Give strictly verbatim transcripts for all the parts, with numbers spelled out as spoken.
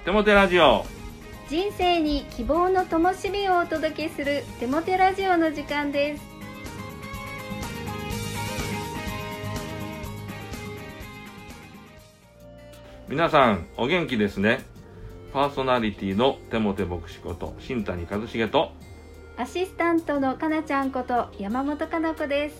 テモテラジオ。 人生に希望の灯火をお届けするテモテラジオの時間です。 皆さんお元気ですね。パーソナリティのテモテ牧師こと新谷和重と、 アシスタントのかなちゃんこと山本かな子です。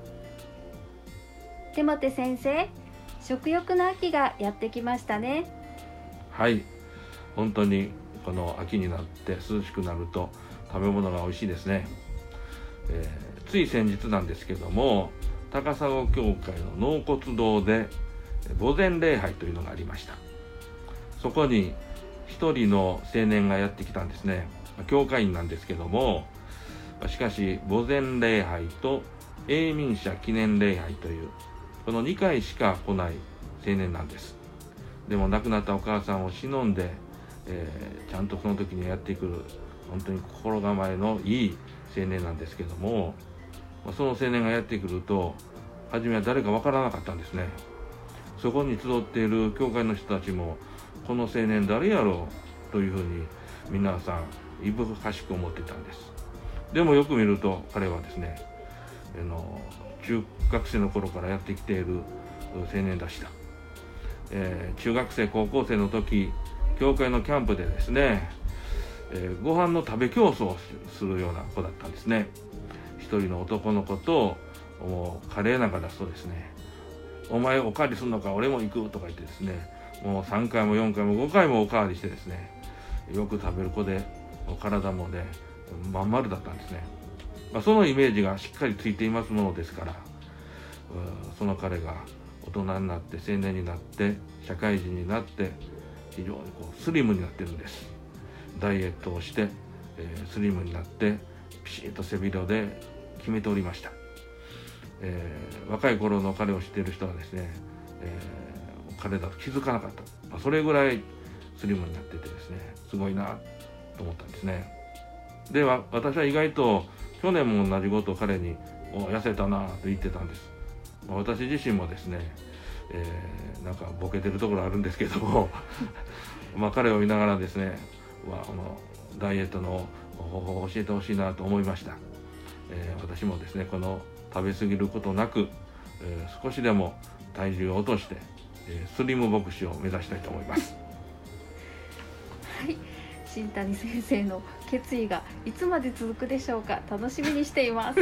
テモテ先生、食欲の秋がやってきましたね。 はい、本当にこの秋になって涼しくなると食べ物が美味しいですね。えー、つい先日なんですけども、高砂教会の納骨堂で墓前礼拝というのがありました。そこに一人の青年がやってきたんですね。教会員なんですけども、しかし墓前礼拝と永眠者記念礼拝というこのにかいしか来ない青年なんです。でも亡くなったお母さんを偲んで、えー、ちゃんとその時にやってくる本当に心構えのいい青年なんですけども、その青年がやってくると初めは誰かわからなかったんですね。そこに集っている教会の人たちも、この青年誰やろうというふうに皆さんいぶかしく思っていたんです。でもよく見ると彼はですね、あの中学生の頃からやってきている青年でした。えー、中学生高校生の時、教会のキャンプでですね、えー、ご飯の食べ競争をするような子だったんですね。一人の男の子ともうカレーなんか出すとですね、お前おかわりするのか、俺も行くとか言ってですね、もうさんかいもよんかいもごかいもおかわりしてですね、よく食べる子で体もねまん丸だったんですね。まあ、そのイメージがしっかりついていますものですから、その彼が大人になって青年になって社会人になって非常にこうスリムになってるんです。ダイエットをして、えー、スリムになってピシッと背広で決めておりました。えー、若い頃の彼を知っている人はですね、えー、彼だと気づかなかった、まあ、それぐらいスリムになっててですね、すごいなと思ったんですね。では私は意外と去年も同じことを彼にお痩せたなと言ってたんです。まあ、私自身もですね、えー、なんかボケてるところあるんですけどもまあ彼を見ながらですね、まあ、あのダイエットの方法を教えてほしいなと思いました。えー、私もですね、この食べ過ぎることなく、えー、少しでも体重を落として、えー、スリム牧師を目指したいと思います。 はい、新谷先生の決意がいつまで続くでしょうか。楽しみにしています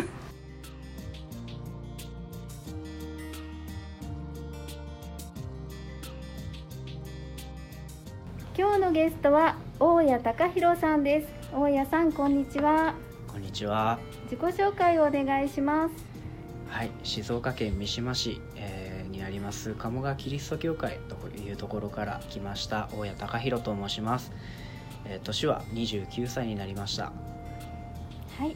今日のゲストは大谷貴弘さんです。大谷さん、こんにちは。 こんにちは。 自己紹介をお願いします。 はい、静岡県三島市、えー、にあります鴨川キリスト教会というところから来ました大谷貴弘と申します。えー、年はにじゅうきゅうさいになりました。 はい、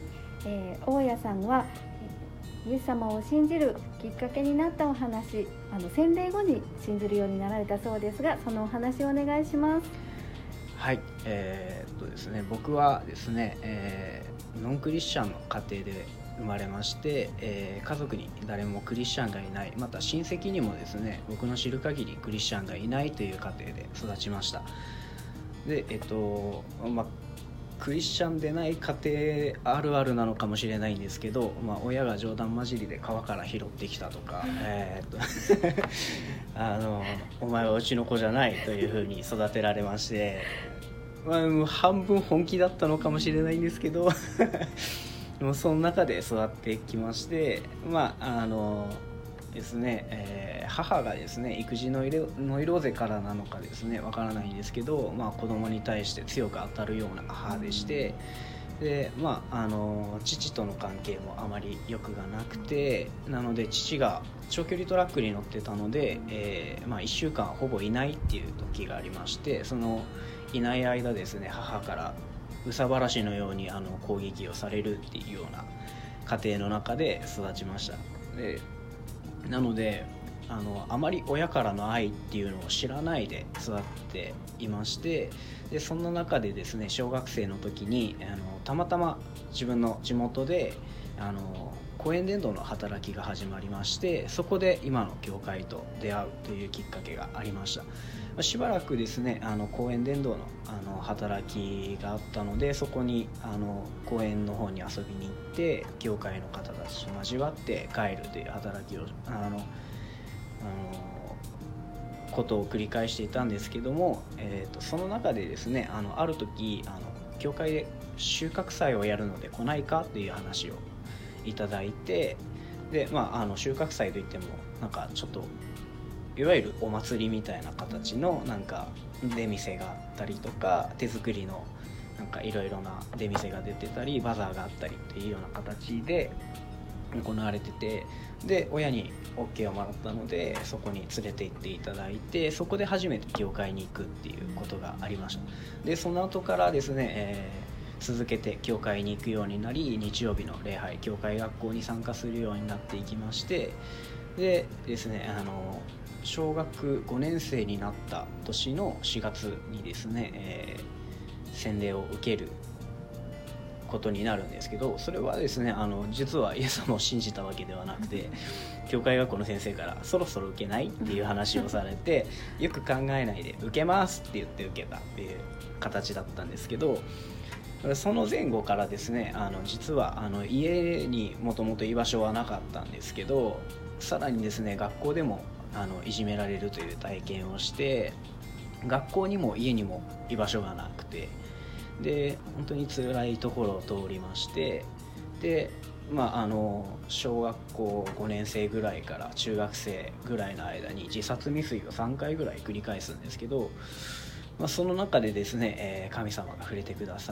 えー、大谷さんはイエス様を信じるきっかけになったお話、あの洗礼後に信じるようになられたそうですが、そのお話をお願いします。 はい、えー、っとですね僕はですね、えー、ノンクリスチャンの家庭で生まれまして、えー、家族に誰もクリスチャンがいない、また親戚にもですね、僕の知る限りクリスチャンがいないという家庭で育ちました。で、えっとまあクリスチャンでない家庭あるあるなのかもしれないんですけど、まあ、親が冗談交じりで川から拾ってきたとか、えー、っとあのお前はうちの子じゃないというふうに育てられまして、まあ、もう半分本気だったのかもしれないんですけどもうその中で育ってきまして、まああのですね、えー、母がですね、育児ノイロノイローゼからなのかですね、わからないんですけど、まあ、子供に対して強く当たるような母でして、で、まあ、あの父との関係もあまり良くがなくて、なので父が長距離トラックに乗ってたので、えーまあ、いっしゅうかんほぼいないっていう時がありまして、そのいない間ですね、母から憂さ晴らしのようにあの攻撃をされるっていうような家庭の中で育ちました。でなのであのあまり親からの愛っていうのを知らないで育っていまして、でそんな中でですね、小学生の時にあのたまたま自分の地元であの公園伝道の働きが始まりまして、そこで今の教会と出会うというきっかけがありました。 しばらくですねあの公園伝道のあの働きがあったので、そこにあの公園の方に遊びに行って教会の方たちと交わって帰るという働きをあのあのことを繰り返していたんですけども、えー、とその中でですねあのある時あの教会で収穫祭をやるので来ないかっていう話をいただいて、で、まあ、あの収穫祭といってもなんかちょっといわゆるお祭りみたいな形のなんか出店があったりとか、手作りのなんかいろいろな出店が出てたりバザーがあったりっていうような形で行われてて、で親に OK をもらったのでそこに連れて行っていただいて、そこで初めて教会に行くっていうことがありました。でその後からですね、えー、続けて教会に行くようになり、日曜日の礼拝教会学校に参加するようになっていきまして、でですねあの小学ごねん生になった年のしがつにですね、えー、洗礼を受けることになるんですけど、それはですねあの実はイエス様を信じたわけではなくて、教会学校の先生からそろそろ受けないっていう話をされてよく考えないで受けますって言って受けたっていう形だったんですけど、その前後からですねあの実はあの家にもともと居場所はなかったんですけど、さらにですね学校でもあのいじめられるという体験をして、学校にも家にも居場所がなくて、で本当に辛いところを通りまして、でまああの小学校ごねん生ぐらいから中学生ぐらいの間に自殺未遂をさんかいぐらい繰り返すんですけど、まあ、その中でですね、えー、神様が触れてくださって、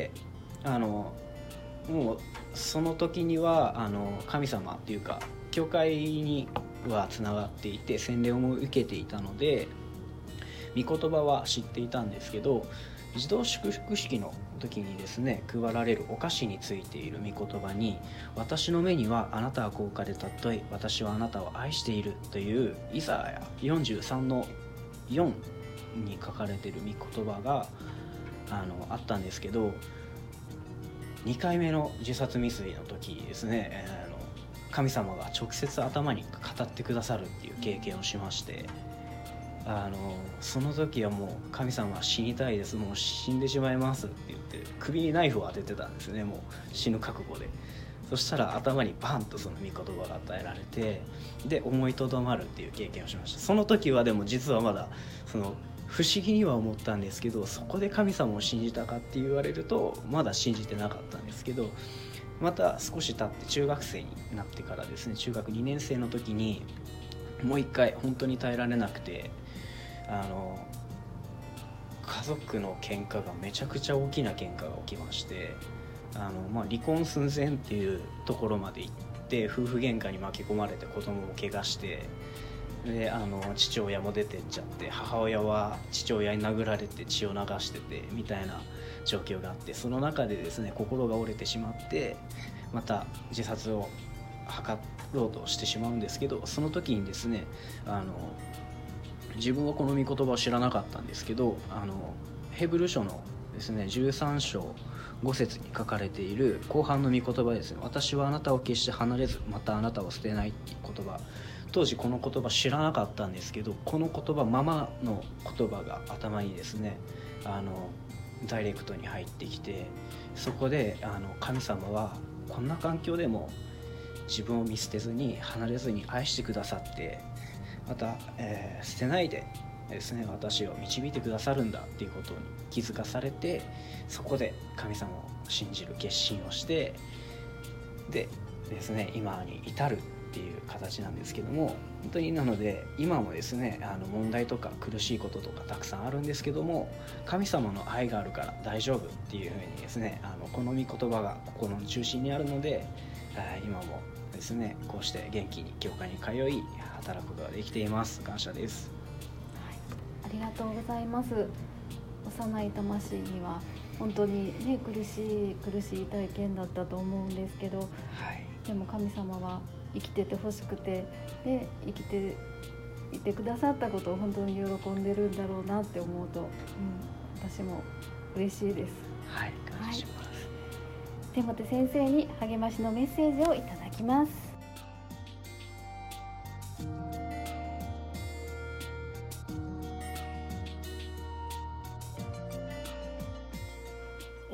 あのもうその時にはあの神様っていうか教会にはつながっていて洗礼をも受けていたので御言葉は知っていたんですけど、児童祝福式の時にですね配られるお菓子についている御言葉に、私の目にはあなたは高価で尊い、私はあなたを愛しているというイザヤよんじゅうさんのよんに書かれている御言葉があのあったんですけど、にかいめの自殺未遂の時ですね、あの神様が直接頭に語ってくださるっていう経験をしまして、あのその時はもう神様は死にたいです、もう死んでしまいますって言って首にナイフを当ててたんですね、もう死ぬ覚悟で。そしたら頭にバンとその御言葉が与えられて、で思いとどまるっていう経験をしました。その時はでも実はまだその不思議には思ったんですけど、そこで神様を信じたかって言われるとまだ信じてなかったんですけど、また少し経って中学生になってからですね、中学にねん生の時にもう一回本当に耐えられなくて、あの家族の喧嘩がめちゃくちゃ大きな喧嘩が起きまして、あの、まあ、離婚寸前っていうところまで行って夫婦喧嘩に巻き込まれて子供も怪我して、であの父親も出てっちゃって、母親は父親に殴られて血を流しててみたいな状況があって、その中でですね心が折れてしまってまた自殺を図ろうとしてしまうんですけど、その時にですねあの自分はこの御言葉を知らなかったんですけど、あのヘブル書のですねじゅうさん章ご節に書かれている後半の御言葉ですね、私はあなたを決して離れずまたあなたを捨てないっていう言葉、当時この言葉知らなかったんですけど、この言葉ままの言葉が頭にですねあのダイレクトに入ってきて、そこであの神様はこんな環境でも自分を見捨てずに離れずに愛してくださって、また、えー、捨てないでですね私を導いてくださるんだっていうことに気づかされて、そこで神様を信じる決心をして、でですね今に至るっていう形なんですけども、本当になので今もですねあの問題とか苦しいこととかたくさんあるんですけども、神様の愛があるから大丈夫っていうふうにですねあのこの御言葉が心の中心にあるので、今もですねこうして元気に教会に通い働くことができています。感謝です。 はい、ありがとうございます。幼い魂には本当にね苦しい苦しい体験だったと思うんですけど、はい、でも神様は生きててほしくて、で生きていてくださったことを本当に喜んでるんだろうなって思うと、うん、私も嬉しいです。 はい、感謝します。 テモテ先生に励ましのメッセージをいただきます。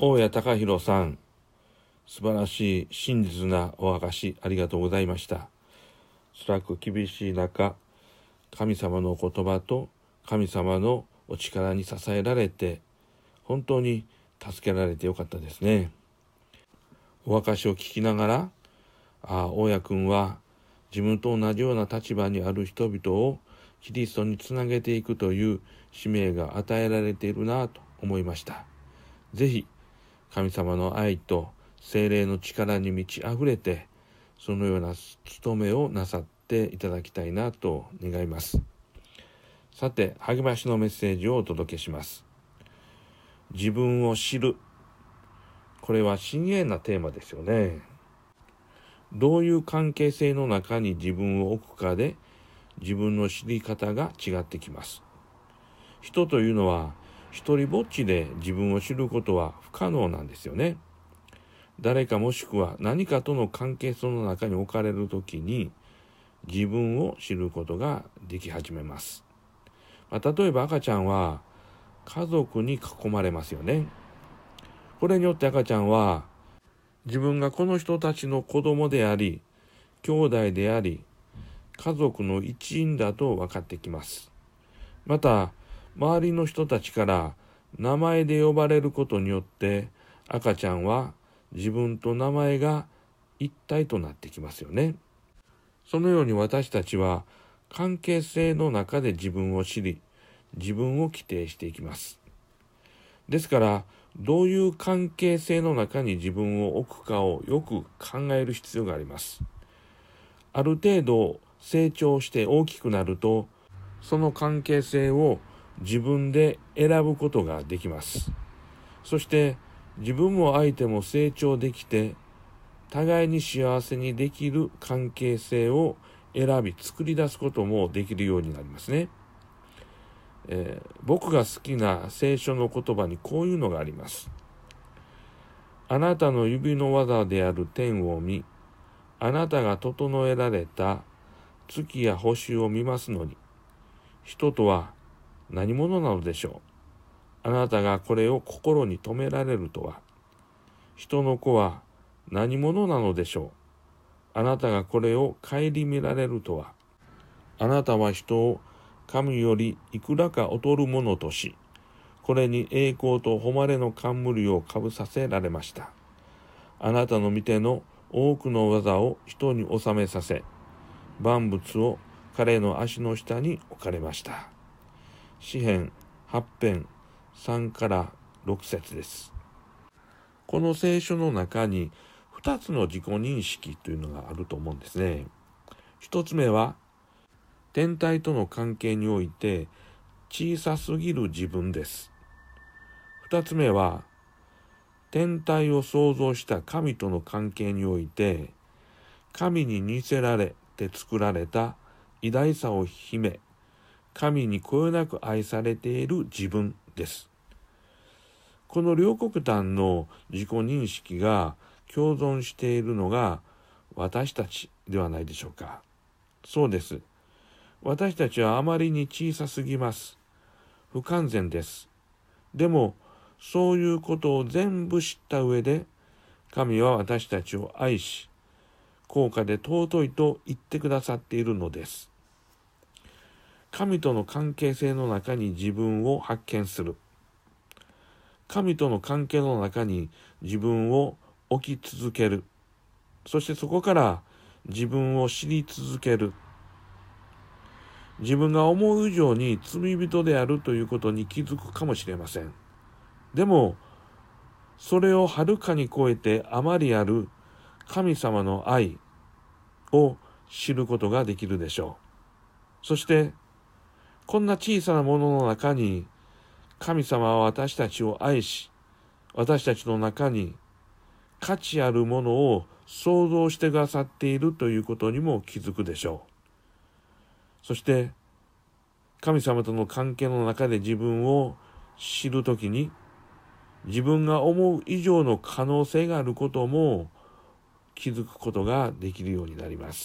大谷隆弘さん、素晴らしい真実なお証ありがとうございました。辛く厳しい中、神様の言葉と神様のお力に支えられて、本当に助けられてよかったですね。お証を聞きながら、ああ、大谷君は自分と同じような立場にある人々をキリストにつなげていくという使命が与えられているなと思いました。ぜひ神様の愛と聖霊の力に満ち溢れて、そのような務めをなさっていただきたいなと願います。さて、励ましのメッセージをお届けします。自分を知る。これは深遠なテーマですよね。どういう関係性の中に自分を置くかで、自分の知り方が違ってきます。人というのは、一人ぼっちで自分を知ることは不可能なんですよね。誰かもしくは何かとの関係性の中に置かれるときに、自分を知ることができ始めます。まあ、例えば赤ちゃんは家族に囲まれますよね。これによって赤ちゃんは自分がこの人たちの子供であり、兄弟であり、家族の一員だと分かってきます。また、周りの人たちから名前で呼ばれることによって赤ちゃんは自分と名前が一体となってきますよね。そのように私たちは関係性の中で自分を知り、自分を規定していきます。ですから、どういう関係性の中に自分を置くかをよく考える必要があります。ある程度成長して大きくなると、その関係性を自分で選ぶことができます。そして自分も相手も成長できて、互いに幸せにできる関係性を選び作り出すこともできるようになりますね。えー、僕が好きな聖書の言葉にこういうのがあります。あなたの指の技である天を見、あなたが整えられた月や星を見ますのに、人とは何者なのでしょう。あなたがこれを心に留められるとは。人の子は何者なのでしょう。あなたがこれを顧みられるとは。あなたは人を神よりいくらか劣るものとし、これに栄光と誉れの冠をかぶさせられました。あなたの御手の多くの技を人に収めさせ、万物を彼の足の下に置かれました。詩編はち編さんからろく節です。この聖書の中にふたつの自己認識というのがあると思うんですね。一つ目は、天体との関係において小さすぎる自分です。二つ目は、天体を創造した神との関係において、神に似せられて作られた偉大さを秘め、神にこよなく愛されている自分です。この両極端の自己認識が共存しているのが私たちではないでしょうか。そうです。私たちはあまりに小さすぎます。不完全です。でも、そういうことを全部知った上で、神は私たちを愛し、高価で尊いと言ってくださっているのです。神との関係性の中に自分を発見する。神との関係の中に自分を置き続ける。そしてそこから自分を知り続ける。自分が思う以上に罪人であるということに気づくかもしれません。でも、それをはるかに超えてあまりある神様の愛を知ることができるでしょう。そして、こんな小さなものの中に、神様は私たちを愛し、私たちの中に価値あるものを創造してくださっているということにも気づくでしょう。そして、神様との関係の中で自分を知るときに、自分が思う以上の可能性があることも気づくことができるようになります。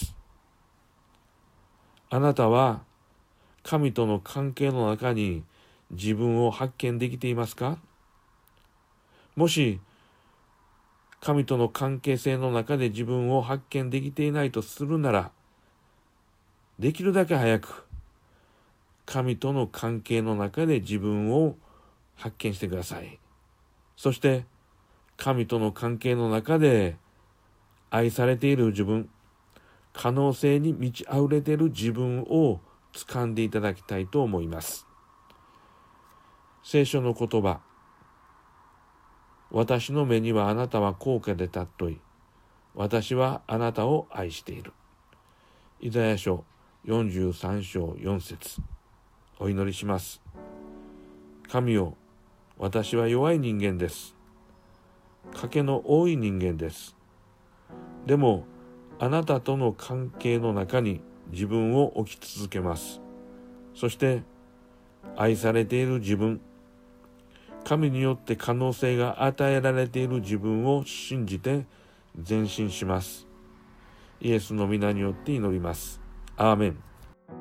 あなたは神との関係の中に自分を発見できていますか？もし神との関係性の中で自分を発見できていないとするなら、できるだけ早く神との関係の中で自分を発見してください。そして神との関係の中で愛されている自分、可能性に満ち溢れている自分を掴んでいただきたいと思います。聖書の言葉、私の目にはあなたは高価で尊い。私はあなたを愛している。イザヤ書よんじゅうさん章よん節。お祈りします。神よ、私は弱い人間です。賭けの多い人間です。でも、あなたとの関係の中に自分を置き続けます。そして、愛されている自分、神によって可能性が与えられている自分を信じて前進します。イエスの皆によって祈ります。アーメン。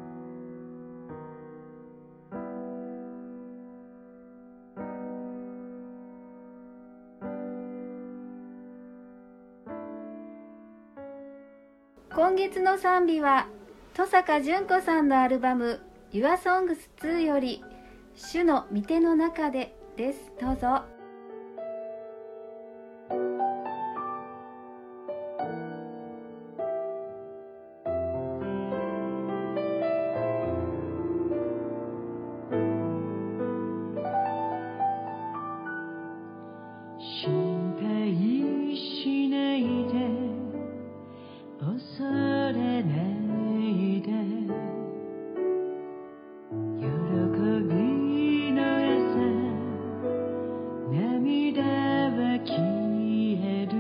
今月の賛美は登坂淳子さんのアルバム Your Songs ツーより主の御手の中でです。どうぞ。 心配しないで恐れないで喜びの餌涙は消える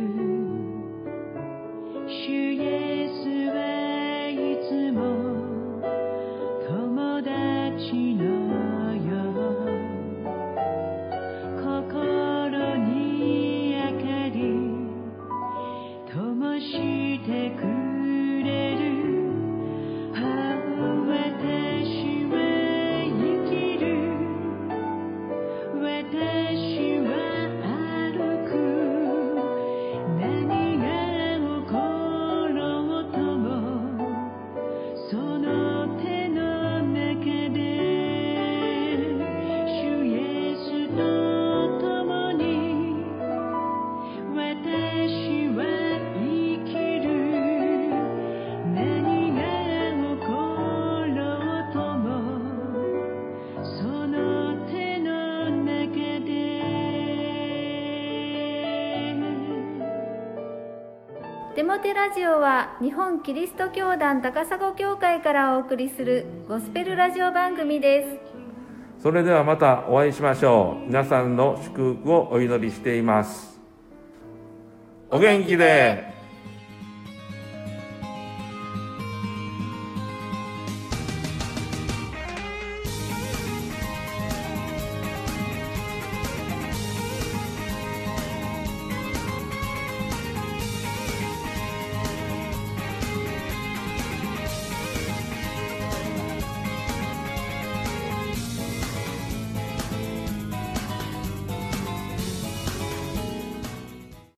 主イエスはいつも友達のよう心に明かり灯してくれる私は生きる私は歩く何が起ころうともその手の中で主イエスと共に私は生きる何が起ころうともその手の中でデモテラジオは日本キリスト教団高砂教会からお送りするゴスペルラジオ番組です。 それではまたお会いしましょう。皆さんの祝福をお祈りしています。お元気で。